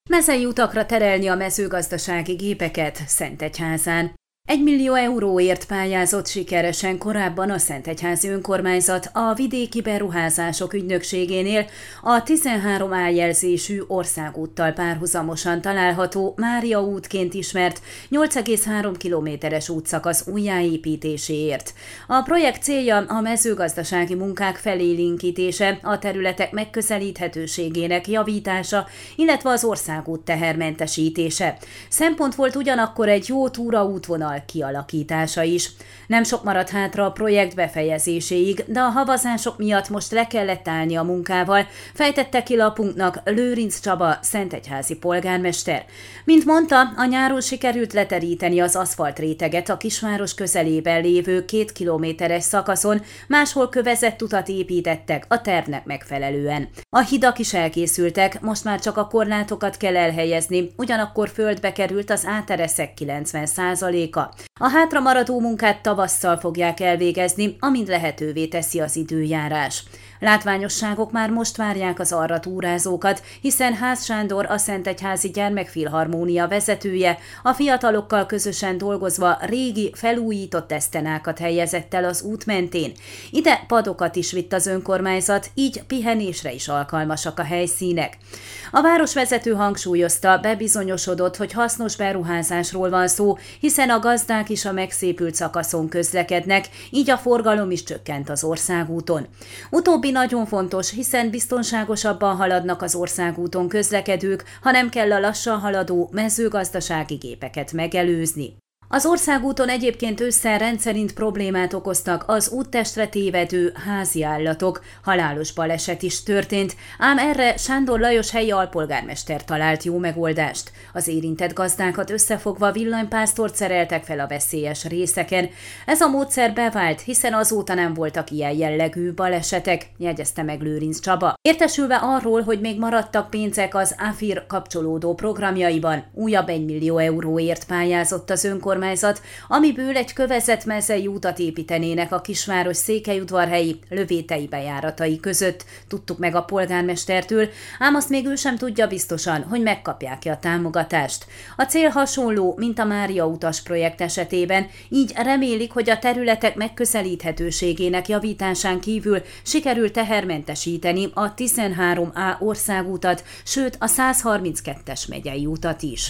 Mezei utakra terelni a mezőgazdasági gépeket Szentegyházán. 1 millió euróért pályázott sikeresen korábban a Szentegyházi önkormányzat a vidéki beruházások ügynökségénél a 13A jelzésű országúttal párhuzamosan található Mária útként ismert 8,3 kilométeres útszakasz újjáépítéséért. A projekt célja a mezőgazdasági munkák felélénkítése, a területek megközelíthetőségének javítása, illetve az országút tehermentesítése. Szempont volt ugyanakkor egy jó túraútvonal kialakítása is. Nem sok maradt hátra a projekt befejezéséig, de a havazások miatt most le kellett állni a munkával, fejtette ki lapunknak Lőrinc Csaba, szentegyházi polgármester. Mint mondta, a nyáron sikerült leteríteni az aszfaltréteget a kisváros közelében lévő 2 kilométeres szakaszon, máshol kövezett utat építettek a tervnek megfelelően. A hidak is elkészültek, most már csak a korlátokat kell elhelyezni, ugyanakkor földbe került az átereszek 90%-a. A hátra maradó munkát tavasszal fogják elvégezni, amint lehetővé teszi az időjárás. Látványosságok már most várják az arra túrázókat, hiszen Ház Sándor, a Szentegyházi Gyermekfilharmónia vezetője, a fiatalokkal közösen dolgozva régi, felújított esztenákat helyezett el az út mentén. Ide padokat is vitt az önkormányzat, így pihenésre is alkalmasak a helyszínek. A városvezető hangsúlyozta, bebizonyosodott, hogy hasznos beruházásról van szó, hiszen a gazdák is a megszépült szakaszon közlekednek, így a forgalom is csökkent az országúton. Utóbbi nagyon fontos, hiszen biztonságosabban haladnak az országúton közlekedők, ha nem kell a lassan haladó mezőgazdasági gépeket megelőzni. Az országúton egyébként ősszel rendszerint problémát okoztak az úttestre tévedő házi állatok, halálos baleset is történt, ám erre Sándor Lajos helyi alpolgármester talált jó megoldást. Az érintett gazdákat összefogva villanypásztort szereltek fel a veszélyes részeken. Ez a módszer bevált, hiszen azóta nem voltak ilyen jellegű balesetek, jegyezte meg Lőrinc Csaba. Értesülve arról, hogy még maradtak pénzek az AFIR kapcsolódó programjaiban, újabb 1 millió euróért pályázott az önkormányzat, amiből egy kövezett mezei útat építenének a kisváros székelyudvarhelyi, lövétei bejáratai között, tudtuk meg a polgármestertől, ám azt még ő sem tudja biztosan, hogy megkapják-e a támogatást. A cél hasonló, mint a Mária utas projekt esetében, így remélik, hogy a területek megközelíthetőségének javításán kívül sikerül tehermentesíteni a 13A országútat, sőt a 132-es megyei utat is.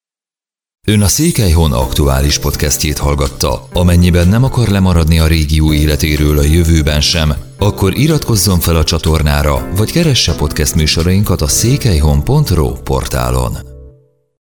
Ön a Székelyhon aktuális podcastjét hallgatta. Amennyiben nem akar lemaradni a régió életéről a jövőben sem, akkor iratkozzon fel a csatornára, vagy keresse podcast műsorainkat a székelyhon.ro portálon.